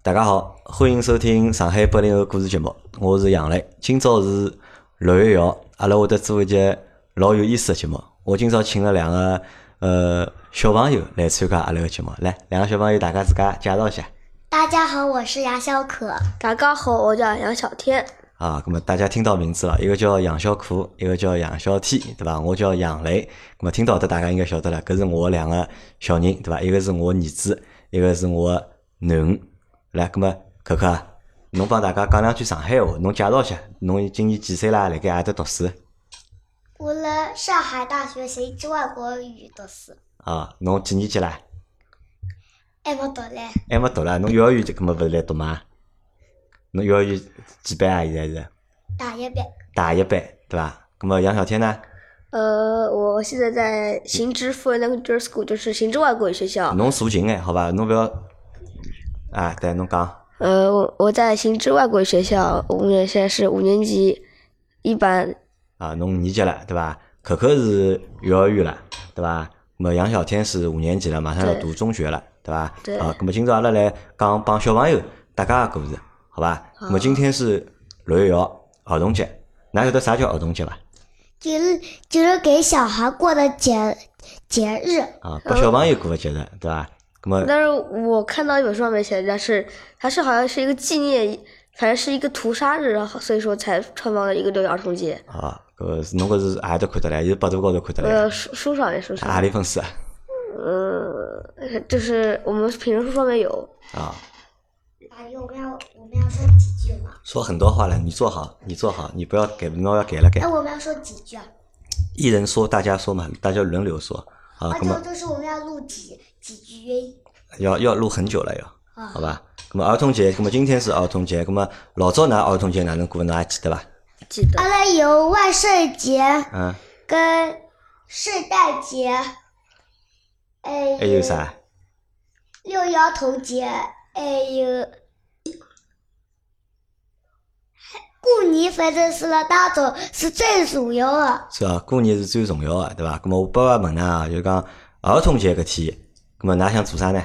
大家好，欢迎收听上海80后故事节目，我是杨磊。今朝是6月1号，阿拉会得做一节老有意思的节目。我今朝请了两个小朋友来参加阿拉个节目。来，两个小朋友大家自家介绍一下。 大家好，我是杨小可。 大家好，我叫杨小天。 啊，那么大家听到名字了，一个叫杨小可，一个叫杨小天，对吧？我叫杨磊。那么听到的大家应该晓得了，搿是我两个小人，对吧？一个是我儿子，一个是我囡恩。来，那么可可啊，侬帮大家讲两句上海话，侬介绍一下，侬今年几岁啦？辣盖阿搭读书？ 我辣上海大学行知外国语读书。 啊，侬几年级啦？ 还没读嘞。 还没读啦，侬幼儿园搿么勿是来读吗？侬幼儿园几班啊？现在是大一班。 大一班，对伐？搿么杨小天呢？ 我现在在行知 Foreign Language School， 就是行知外国语学校。 侬坐近眼，好吧？侬勿要啊，对，侬讲。 我在行知外国语学校，我们现在是5年级一班。 啊，侬5年级了，对伐？可可是幼儿园了，对伐？那么杨小天是5年级了，马上要读中学了，对伐？ 对。 好，那么今朝阿拉来讲帮小朋友搭界个故事，好吧？那么今天是6月1号，儿童节，㑚晓得啥叫儿童节伐？ 就是给小孩过的节日。 啊，给小朋友过的节日，对伐？那么， 但是我看到一本书上面写的是，它是好像是一个纪念，反正是一个屠杀日，所以说才创造了一个6月儿童节。 啊，搿是侬搿是何里搭看得来？是百度高头看得来？ 书上面。 何里本书啊？ 就是我们评论书上面有。 啊。 阿姨，我们要说几句吗？ 说很多话了，你坐好，你不要给，不要给了给。 那我们要说几句啊？ 一人说，大家说嘛，大家轮流说。啊，那么就是我们要录几句。 要录很久了要，好吧？那么儿童节，那么今天是儿童节，那么老早㑚儿童节哪能过？侬还记得伐？ 记得。 阿拉有万圣节，跟圣诞节， 还有啥 ？6一儿童节，还有过年，反正是辣当中是最重要的。 是啊，过年是最重要的，对伐？那么我爸爸问㑚，就是讲儿童节搿天，那么㑚想做啥呢？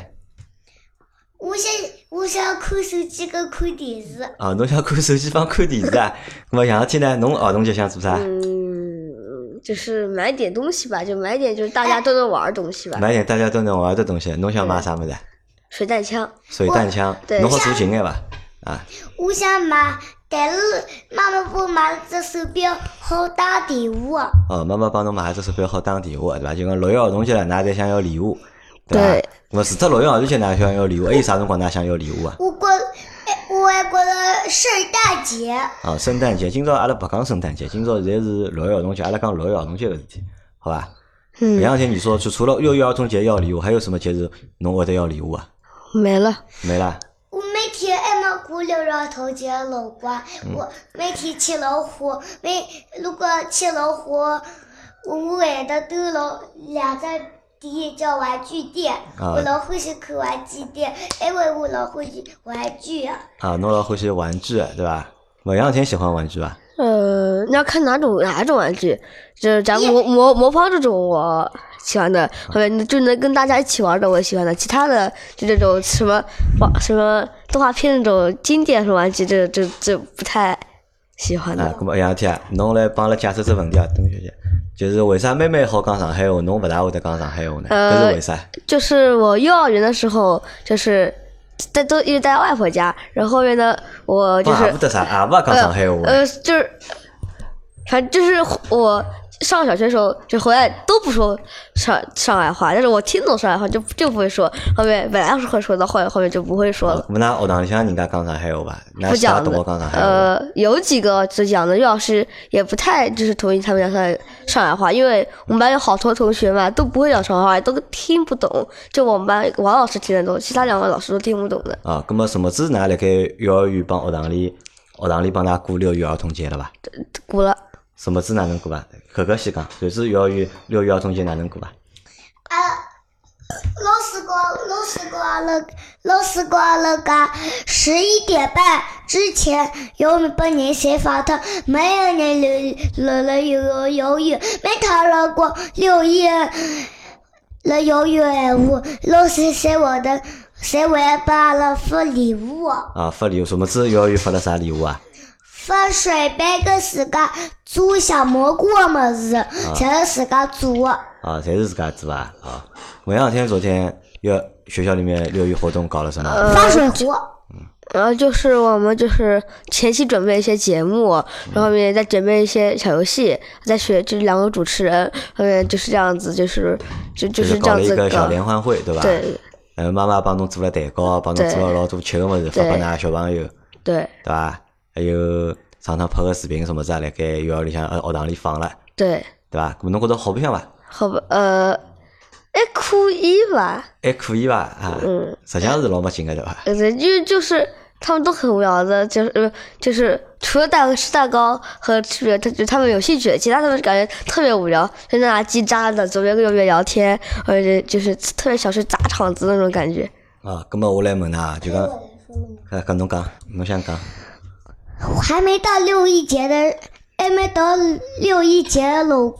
我想看手机跟看电视。 啊，侬想看手机帮看电视啊？那么杨天呢？侬儿童节想做啥？ 就是买点东西吧，就买点就是大家都能玩的东西吧。 买点大家都能玩的东西，侬想买啥物事？ 水弹枪。 水弹枪，侬好坐近眼伐？啊。 我想买，但是妈妈帮我买了只手表，好打电话。 哦，妈妈帮侬买了只手表好打电话，对伐？就讲6月儿童节了，㑚侪想要礼物，对伐？那么除脱6月儿童节，㑚想要礼物，还有啥辰光㑚想要礼物啊？ 我还觉得圣诞节。 啊，圣诞节，今朝阿拉不讲圣诞节，今朝现在是6月儿童节，阿拉讲6月儿童节个事体，好伐？前两天你说，就除了6月儿童节要礼物，还有什么节日侬会得要礼物啊？ 没了。 我每天还没过6月儿童节的辰光，我每天吃老虎，如果吃老虎，我会得兜了2只店叫玩具店，我老欢喜看玩具店，因为我老欢喜玩具啊。 啊，侬老欢喜玩具，对伐？前两天喜欢玩具伐？ 你要看哪种玩具，就是咱魔方这种我喜欢的，后面就能跟大家一起玩的我喜欢的，其他的就这种什么动画片那种经典什么玩具，这不太喜欢的。 啊，那么杨天，侬来帮阿拉解释只问题啊，董小姐，就是为啥妹妹好讲上海话，侬勿大会得讲上海话呢？搿是为啥？就是我幼儿园的时候，就是都因为在外婆家，然后面呢，我就是阿不得啥，阿不讲上海话。 就是反正就是我上小学的时候，就回来都不说上海话，但是我听懂上海话就不会说，后面本来是会说的，后面就不会说了。 那㑚学堂里向人家讲上海话伐？ 不讲的。 讲上海话有几个只讲的，岳老师也不太就是同意他们讲上海话，因为我们班有好多同学嘛都不会讲上海话，都听不懂，就我们班王老师听得懂，其他2个老师都听不懂的。 啊，那么什么子㑚辣盖幼儿园帮学堂里帮�㑚过6月儿童节了伐？ 过了。 什么子哪能过伐？可可先讲，就是幼儿园6月儿童节哪能过伐？ 老师讲那个11点半之前有本人先发的，没有人了幼儿园，没讨论过6月了幼儿园，老师写我的侪会拨阿拉发礼物。 啊，发礼物，什么子幼儿园发了啥礼物啊？ 发水杯跟自家做小蘑菇的么子，侪是自家做的。 啊，侪是自家做啊。啊，我前两天昨天学校里面六一活动搞了什么？ 发水壶。 然后就是我们就是前期准备一些节目，然后面再准备一些小游戏，再学就是两个主持人，后面就是这样子，就是这搞了一样子个小联欢会，对吧？ 对。 妈妈帮侬做了蛋糕，帮侬做了老多吃的物事，发拨㑚小朋友， 对吧？还有上趟拍个视频什么子啊，辣盖幼儿里向学堂里放了， 对吧？咾侬觉得好白相伐？ 好吧，还可以吧。 还可以伐？啊，实际上是老没劲个，对伐？ 就是他们都很无聊的，就是除了吃蛋糕和他们有兴趣的，其他他们感觉特别无聊，就那叽喳的，左边跟右边聊天，而且就是特别想去砸场子那种感觉。 啊，葛么我来问㑚，就讲，跟侬讲，侬想讲？ 还没到六一节的，还没到六一节的路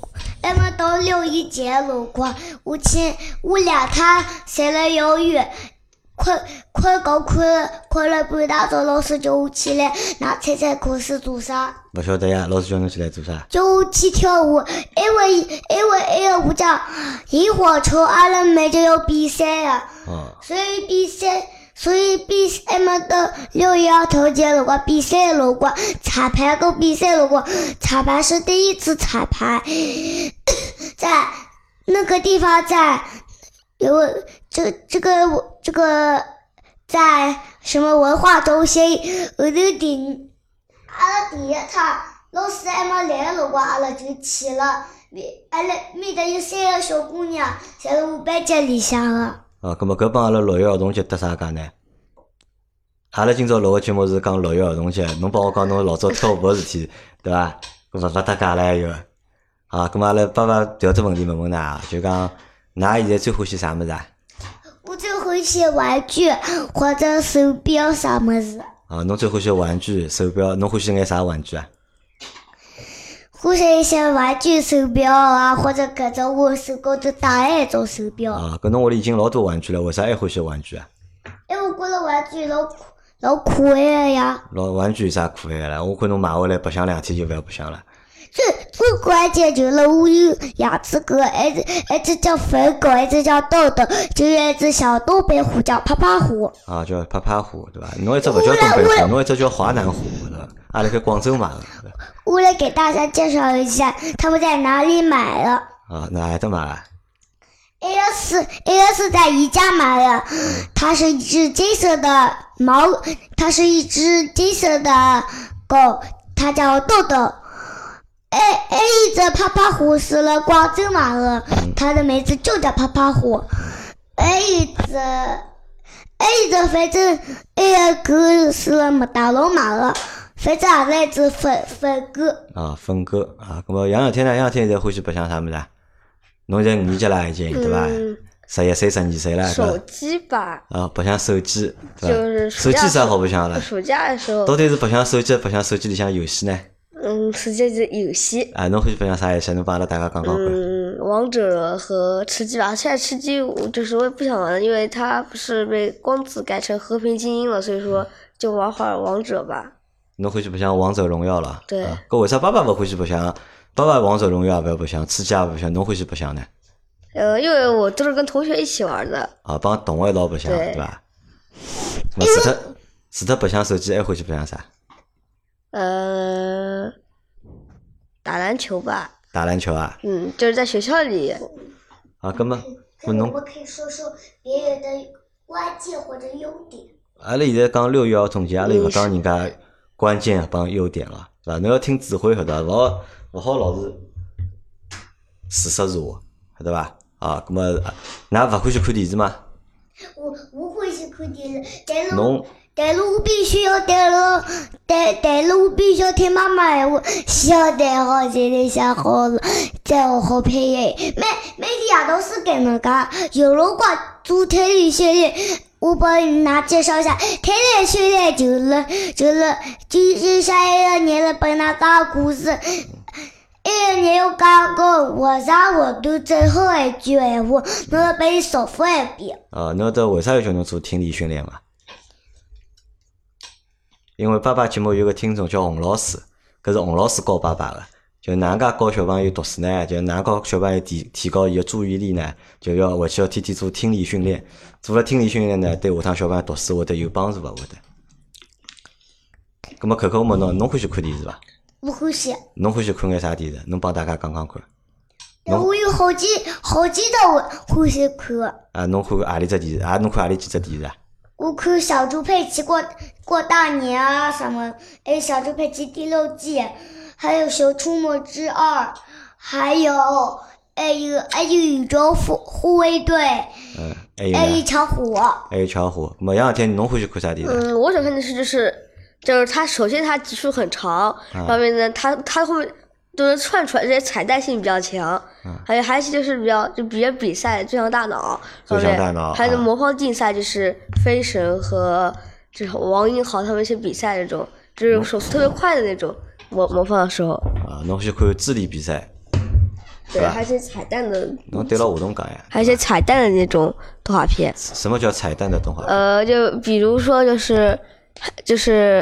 过，我俩他谁了幼儿园，快了半大早，老师叫我起来，那猜猜课是做啥？ 勿晓得呀，老师叫侬起来做啥？ 叫我去跳舞，因为那个舞叫萤火虫，阿拉妹就要比赛呀，所以比赛嘛到6月2头节了，我比赛了，我彩排跟比赛了，我彩排是第一次彩排，在那个地方在这个在什么文化中心，后头阿拉第一场老师还没来了，阿拉就去了，阿拉面搭有3个小姑娘，侪是我班级里向的。 葛么搿帮阿拉6月儿童节搭啥介呢？阿拉今朝录个节目是讲6月儿童节，侬帮我讲侬老早跳舞个事体，对伐？勿搭界了又。葛么阿拉爸爸调只问题问问㑚，就讲㑚现在最欢喜啥物事啊？ 我最欢喜玩具或者手表啥么子。 侬最欢喜玩具、手表，侬欢喜眼啥玩具啊？ 欢喜一些玩具手表啊，或者搿种我手高头戴的那种手表。 搿侬屋里已经老多玩具了，为啥还欢喜玩具啊？ 因为我觉着玩具老可爱的呀。 玩具有啥可爱的啦？我看侬买回来白相2天就勿要白相了。 最关键就是我有2只狗，一只叫粉狗，一只叫豆豆，就有一只小东北虎叫啪啪虎。 叫啪啪虎，对伐？侬一只勿叫东北虎，侬一只叫华南虎，对伐？阿拉在广州买的。 我来给大家介绍一下他们在哪里买的。 哪搭买啊 ？A 是在宜家买的，它是一只金色的狗，它叫豆豆。A 一只啪啪虎是了广州买的，它的名字就叫啪啪虎。A 一只反正 A 狗是了麦当劳买的，反正也是一只粉狗。 粉狗搿么杨小天呢？杨小天现在欢喜白相啥物事啊？侬现在5年级了已经，对伐？11岁、12岁了。 手机吧。 白相手机，对伐？ 就是手机啥好白相了？ 暑假的时候。 到底是白相手机，白相手机里向游戏呢？ 实际是游戏。 侬欢喜白相啥游戏？侬帮阿拉大家讲讲看。 王者和吃鸡吧。现在吃鸡就是我也不想玩了，因为它不是被光子改成和平精英了，所以说就玩会儿王者吧。 侬欢喜白相王者荣耀了？ 对。 搿为啥爸爸勿欢喜白相？爸爸王者荣耀也勿要白相，吃鸡也勿白相，侬欢喜白相呢？ 因为我都是跟同学一起玩的。 帮同学一道白相，对伐？除脱白相手机，还欢喜白相啥？ 打篮球吧。 打篮球啊？ 就是在学校里。 搿么侬？ 我们可以说说别人的关键或者优点。 阿拉现在讲6月儿童节，阿拉勿讲人家关键帮优点了，是伐？侬要听指挥，晓得伐？勿好老是事实是话，晓得伐？搿么㑚勿欢喜看电视吗？ 我欢喜看电视，但是我必须要听妈妈闲话，晓得好，现在想好了，再好好配音。每天夜到是搿能介，有辰光做体力训练，我帮㑚介绍一下，体力训练就是像一个人来帮㑚讲故事。 你有讲过为啥活动最后一句闲话，侬要拨伊重复一遍。 侬晓得为啥要叫侬做听力训练伐？因为爸爸节目有个听众叫洪老师，搿是洪老师教爸爸个，就哪能介教小朋友读书呢？就哪能教小朋友提高伊个注意力呢？就要回去要天天做听力训练，做了听力训练呢，对下趟小朋友读书会得有帮助伐？会得。咁么可可，我问侬欢喜看电视伐？ 不欢喜。 侬欢喜看眼啥电视？侬帮大家讲讲看。 我有好几套我欢喜看的。 啊，侬看何里只电视？侬看何里几只电视啊？ 我看小猪佩奇过大年啊什么，还有小猪佩奇第6季，还有熊出没之2，还有宇宙护卫队，还有巧虎。 还有巧虎。咁么杨小天，侬欢喜看啥电视？ 我想看的是就是它首先它集数很长，后面呢它后面都能串出来，这些彩蛋性比较强，还有就是比较比赛最强大脑，还有魔方竞赛，就是飞神和就是王英豪他们一些比赛那种，就是手速特别快的那种模仿的时候。 侬去看智力比赛。 对，还有一些彩蛋的。 侬对牢话筒讲呀。还有一些彩蛋的那种动画片。 什么叫彩蛋的动画片？ 就比如说就是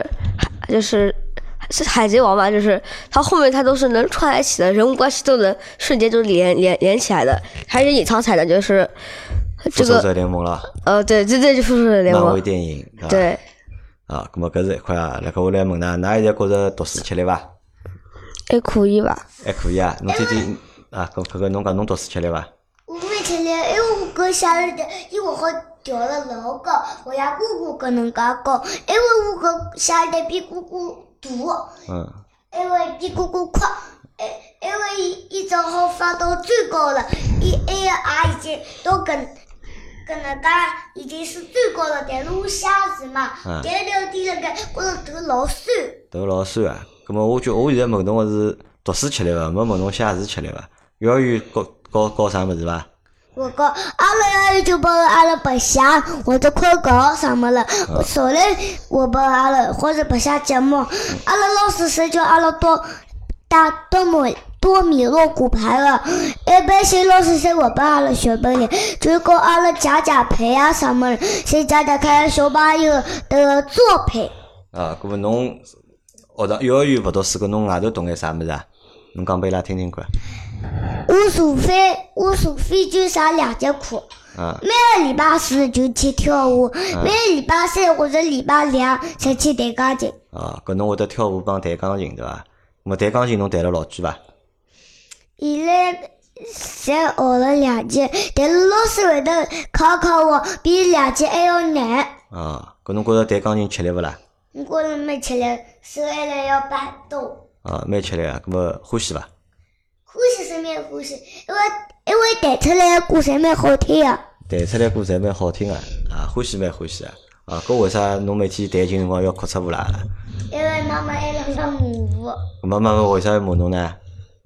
海贼王嘛，就是它后面它都是能串在一起的，人物关系都能瞬间就连起来的。还有隐藏彩蛋，就是这个复仇者联盟了。 对，就复仇者联盟。 漫威电影。 对。 咁么搿是一块啊。来，我来问㑚，㑚现在觉着读书吃力伐？ 还可以吧。 还可以啊，侬天天搿侬讲侬读书吃力伐？ 我没吃力，因为我哥下来的，因为我好掉了老高，我家姑姑搿能介高，因为我哥下来的比姑姑大，因为比姑姑快，因为伊正好发到最高了，伊也已经都搿能介已经是最高了，但是我写字嘛，点了点了个，觉着头老酸。 头老酸啊！咁么我现在问侬个是读书吃力伐？没问侬写字吃力伐？幼儿园教啥物事伐？ 我教阿拉幼儿园就帮阿拉白写，或者快搞什么了。所以我帮阿拉或者白写节目，阿拉老师是叫阿拉打多米诺骨牌了。一般性老师是我帮阿拉学本领，就是教阿拉加配啊什么的，先加看小朋友的作品。 咁么侬学堂幼儿园勿读书，搿侬外头读眼啥物事啊？侬讲拨伊拉听听看。我除非就上2节课，每个礼拜4就去跳舞，每个礼拜3或者礼拜2才去弹钢琴。 搿侬会得跳舞帮弹钢琴对伐？咾么弹钢琴侬弹了老久伐？ 现在才学了2节，但是老师会得考我，比2节还要难。 搿侬觉着弹钢琴吃力勿啦？ 我觉着蛮吃力，手还来要摆动。 蛮吃力啊！搿么欢喜伐？ 欢喜是蛮欢喜，因为弹出来的歌侪蛮好听啊。 弹出来歌侪蛮好听啊！欢喜蛮欢喜啊！搿为啥侬每天弹琴辰光要哭出舞来了？ 因为妈妈还辣辣骂我。 妈妈为啥要骂侬呢？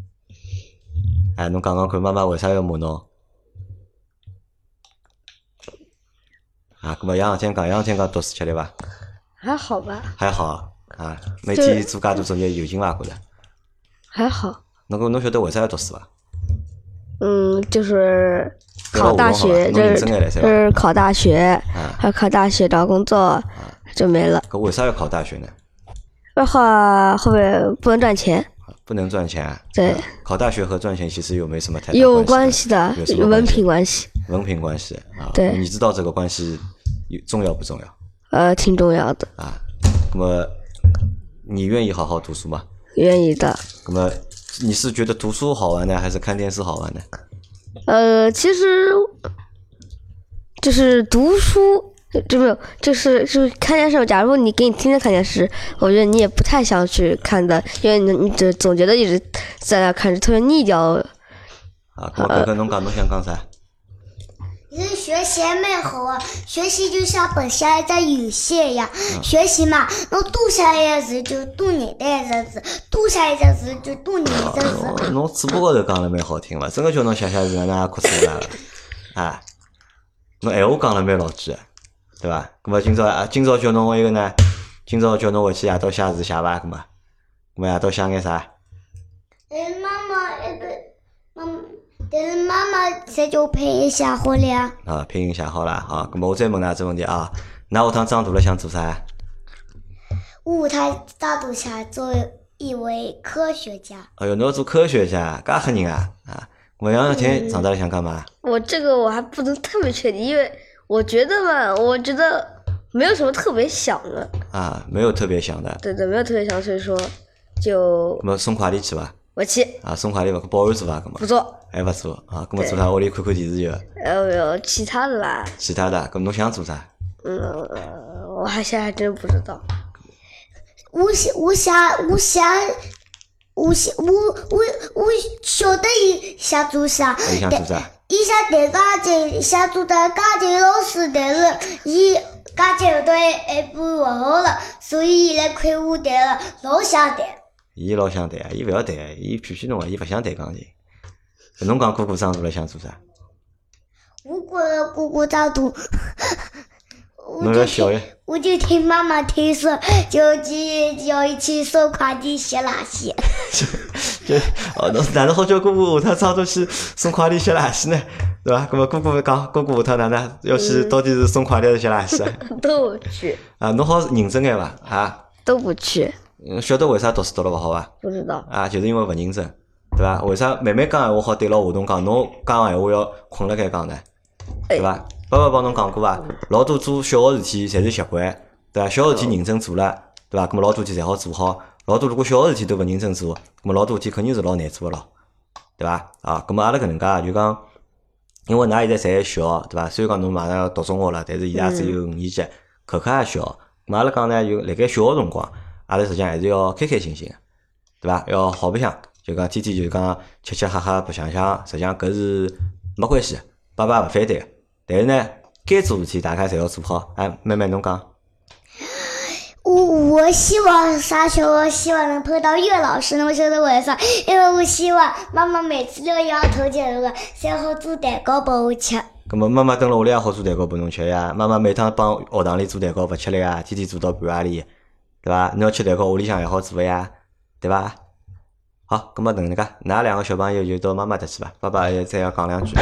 侬讲讲看，妈妈为啥要骂侬？搿么杨天讲读书吃力伐？ 还好吧。 还好每天做介多作业有劲伐？觉着？ 还好。 侬晓得为啥要读书伐？ 就是考大学，就是考大学，还有考大学找工作就没了。 搿为啥要考大学呢？ 的话后面不能赚钱。 不能赚钱。 对。 考大学和赚钱其实有没什么太大有关系的，有文凭关系。 文凭关系对。 你知道这个关系重要不重要？ 挺重要的。 那么你愿意好好读书吗？ 愿意的。 那么你是觉得读书好玩呢，还是看电视好玩呢？ 其实就是读书就没有，就是看电视。假如你天天看电视，我觉得你也不太想去看的，因为你总觉得一直在那看着特别腻掉。 哥哥，侬讲侬想讲啥？ 是学习蛮好啊，学习就像本下一只游戏一样，学习嘛，侬多下一个字就多认得一只字，多下一只字就多认一只字。 侬嘴巴高头讲了蛮好听嘛，真个叫侬写字，哪能也哭出来了侬闲话讲了蛮老句，对伐？咁么今朝叫侬一个呢？今朝叫侬回去夜到写字写伐？咁么夜到写眼啥？ 妈妈。 但是妈妈这就配音写好了。 啊，配音写好了。好，咁么我再问㑚只问题啊，㑚下趟长大了想做啥？ 我他大都想做一位科学家。 哎哟，侬要做科学家，介吓人啊！啊，我杨小天长大了想干嘛？ 我这个我还不能特别确定，因为我觉得嘛，我觉得没有什么特别想的。 啊，没有特别想的。 对，没有特别想，所以说就咁么送快递去伐？ 我去啊，送快递伐？保安做伐？咁么不做。 还勿做啊？咁么做啥？屋里看看电视就。 有其他的啦。 其他的，咁侬想做啥？ 我现在还真不知道。 我晓得伊想做啥。 伊想做啥？ 伊想当家庭，想做当家庭老师，但是伊家庭后头还不好了，所以伊来看我弹了，老想弹。 伊老想弹，伊勿要弹，伊屁屁侬个，伊勿想弹钢琴。侬讲哥哥长大了想做啥？ 我觉着哥哥长大， 侬要小呀？ 我就听妈妈推说，就叫伊去送快递写垃圾。 就侬哪能好叫哥哥下趟长大去送快递写垃圾呢？对伐？搿么哥哥讲，哥哥下趟哪能要去到底是送快递还是写垃圾啊？ 都不去。 啊，侬好认真眼伐？啊？ 都不去。 晓得为啥读书读了勿好伐？ 不知道。 啊，就是因为勿认真，对伐？为啥慢慢讲闲话好对牢话筒讲，侬讲闲话要困辣盖讲呢？对伐？爸爸帮侬讲过伐？老多做小个事体侪是习惯，对伐？小事体认真做了，对伐？咁么老多事体侪好做好。老多如果小个事体都勿认真做，咁么老多事体肯定是老难做个咯，对伐？啊，咁么阿拉搿能介就讲，因为㑚现在侪小，对伐？虽然讲侬马上要读中学了，但是现在只有5年级，口口也小。咁阿拉讲呢，就辣盖小个辰光，阿拉实际上还是要开开心心个，对伐？要好白相，就讲天天就讲吃吃喝喝白相相，实际上搿是没关系，爸爸也勿反对个。但是呢，该做事体大家侪要做好。哎，妹妹侬讲。 我希望上学，我希望能碰到岳老师，侬晓得为啥？因为我希望妈妈每次都要头节日，才好做蛋糕拨我吃。 咁么妈妈蹲辣屋里也好做蛋糕拨侬吃呀。妈妈每趟帮学堂里做蛋糕勿吃力呀，天天做到半夜里，对伐？侬要吃蛋糕，屋里向也好做个呀，对伐？好，咁么等能介，㑚两个小朋友就到妈妈搭去伐？爸爸再要讲两句。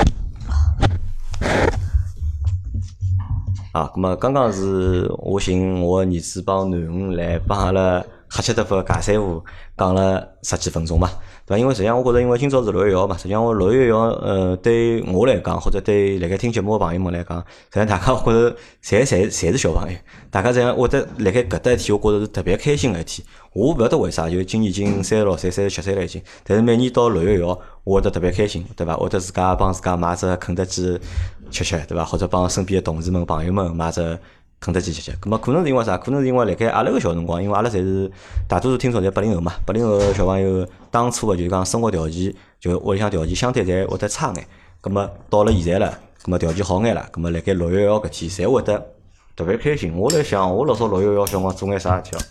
啊，咁么刚刚是我寻我儿子帮囡恩来帮阿拉瞎七搭八尬三胡讲了10几分钟嘛，对伐？因为实际上我觉着，因为今朝是6月1号嘛，实际上我6月1号，对我来讲，或者对辣盖听节目个朋友们来讲，实际上大家我觉着侪是小朋友，大家实际上会得辣盖搿搭一天，我觉着是特别开心个一天。我勿晓得为啥，就今年已经36岁、37岁了已经，但是每年到6月1号，我会得特别开心，对伐？会得自家帮自家买只肯德基吃吃，对伐？或者帮身边个同事们、朋友们买只肯德基吃吃。咁么可能是因为啥？可能是因为辣盖阿拉个小辰光，因为阿拉侪是大多数听众侪80后嘛，80后个小朋友当初个就是讲生活条件，就屋里向条件相对侪会得差眼。咁么到了现在了，咁么条件好眼了，咁么辣盖6月1号搿天，侪会得特别开心。我来想，我老早6月1号小辰光做眼啥事体哦？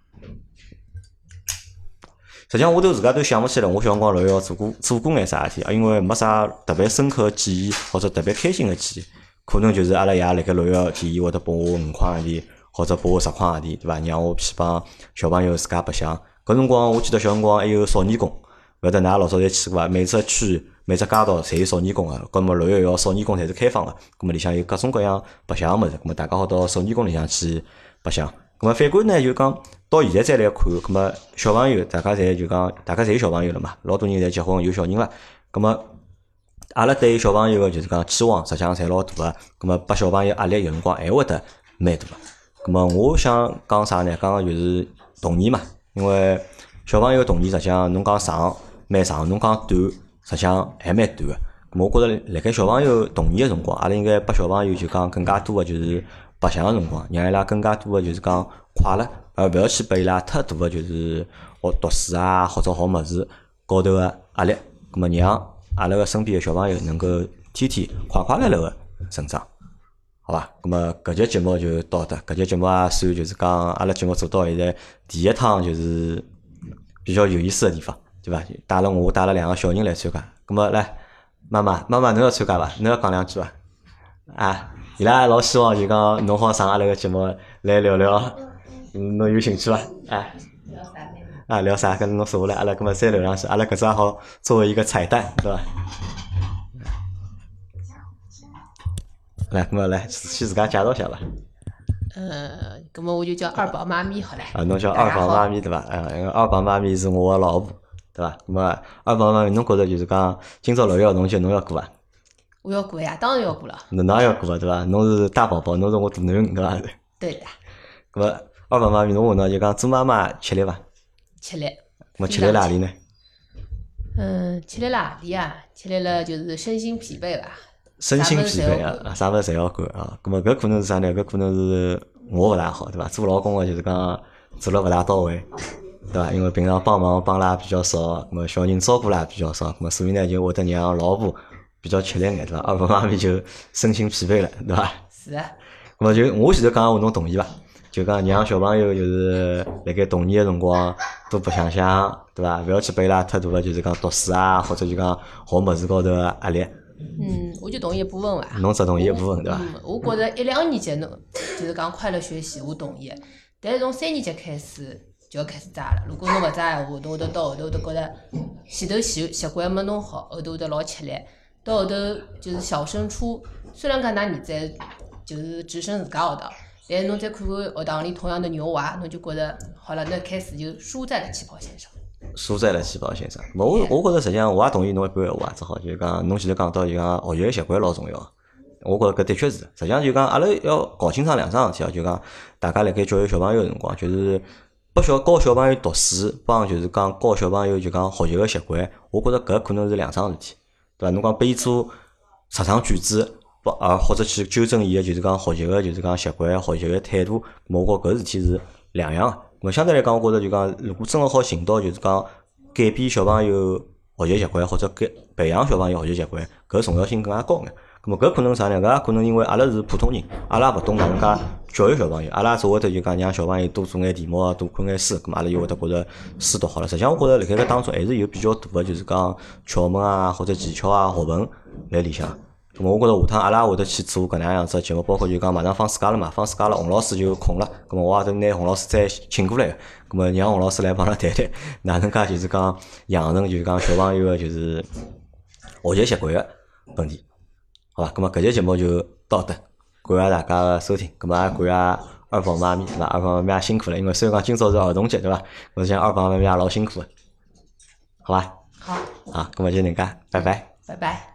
实际上我都自家都想勿起来，我小辰光6月1号做过眼啥事体，因为没啥特别深刻个记忆或者特别开心个记忆。可能就是阿拉爷辣盖6月1号天，伊会得拨我5块洋钿，或者拨我10块洋钿，对伐？让我去帮小朋友自家白相。搿辰光我记得小辰光还有少年宫，勿晓得㑚老早侪去过伐？每只区、每只街道侪有少年宫个。搿么6月1号少年宫侪是开放个，搿么里向有各种各样白相个物事，搿么大家好到少年宫里向去白相。搿么反观呢，就讲到现在再来看，搿么小朋友大家侪就讲大家侪有小朋友了嘛，老多人侪结婚有小人了，搿么阿拉对小朋友个就是讲期望实际上侪老大个，搿么拨小朋友压力有辰光还会得蛮大个。搿么我想讲啥呢？讲个就是童年嘛，因为小朋友童年实际上侬讲长蛮长，侬讲短实际上还蛮短个。搿么我觉着辣盖小朋友童年个辰光，阿拉应该拨小朋友就讲更加多个就是白相个辰光，让伊拉更加多个就是讲快乐，而勿要去拨伊拉太大个就是学读书啊或者学物事高头个压力。搿么让阿拉个身边个小朋友能够天天快快乐乐个成长，好伐？咁么搿节节目就到这，搿节节目也算就是讲阿拉节目做到现在第一趟就是比较有意思个地方，对伐？带了2个小人来参加，咁么来妈妈侬要参加伐？侬要讲两句伐？啊，伊拉老希望就讲侬好上阿拉个节目来聊聊，侬有兴趣伐？聊啥？跟侬说下来，阿拉搿么再聊上去，阿拉搿只也好作为一个彩蛋，对伐？ 来，咁么来先自家介绍一下伐？ 咁么我就叫二宝妈咪好了。 啊，侬叫二宝妈咪对伐？因为二宝妈咪是我个老婆，对伐？咁么二宝妈咪，侬觉着就是讲今朝6月侬要过伐？ 我要过呀，当然要过了。 侬也要过个对伐？侬是大宝宝，侬是我大男人对伐？ 对的， 咁么二宝妈咪，侬问侬就讲做妈妈吃力伐？ 吃力。 咁么吃力哪里呢？ 吃力哪里啊？吃力了就是身心疲惫吧。 身心疲惫啊，啥物事侪要管啊。咁么搿可能是啥呢？搿可能是我勿大好，对伐？做老公个就是讲做了勿大到位，对伐？因为平常帮忙帮拉比较少，咁么小人照顾拉比较少，咁么所以呢就会得让老婆比较吃力眼，对伐？二宝妈咪就身心疲惫了，对伐？ 是啊。 咁么就我前头讲话侬同意伐？就讲让小朋友就是辣盖童年个辰光多白相相，对伐？勿要去拨伊拉太大个就是讲读书啊，或者就讲学物事高头个压力。 我就同意一部分伐。 侬只同意一部分对伐？ 我觉着1、2年级侬就是讲快乐学习，我同意。但是从3年级开始就要开始抓了。如果侬勿抓闲话，侬会得到后头会得觉着前头习惯没弄好，后头会得老吃力。到后头就是小升初，虽然讲㑚儿子就是直升自家学堂，但是侬再看看学堂里同样的牛娃，侬就觉着好了，那开始就输在了起跑线上。 输在了起跑线上。我觉着实际上我也同意侬一半闲话，只好就是讲侬前头讲到就讲学习个习惯老重要。我觉着搿的确是，实际上就讲阿拉要搞清爽两桩事体哦，就讲大家辣盖教育小朋友个辰光，就是教小朋友读书，帮就是讲教小朋友就讲学习个习惯，我觉着搿可能是两桩事体，对伐？侬讲拨伊做实场句子，或者去纠正伊个就是讲学习个就是讲习惯、学习个态度，我觉搿事体是两样个。咁相对来讲，我觉着就讲，如果真个好寻到就是讲改变小朋友学习习惯，或者培养小朋友学习习惯，搿重要性更加高眼。咁么搿可能啥呢？搿也可能因为阿拉是普通人，阿拉勿懂哪能介教育小朋友，阿拉只会得就讲让小朋友多做眼题目啊，多看眼书，咁阿拉就会得觉着书读好了。实际上，我觉着辣盖搿当中还是有比较大个就是讲窍门啊，或者技巧啊、学问辣里向。咁我觉着下趟阿拉会得去做搿能样子节目，包括就讲马上放暑假了嘛，放暑假了，洪老师就空了，咁我也得拿洪老师再请过来，咁让洪老师来帮阿拉谈谈哪能介就是讲养成就是讲小朋友个就是学习习惯个问题，好吧？咁搿节节目就到这，感谢大家个收听，咁也感谢二宝妈咪，对伐？二宝妈咪也辛苦了，因为虽然讲今朝是儿童节，对伐？我想二宝妈咪也老辛苦个，好吧？ 好， 啊，咁就能介，拜拜。 拜拜。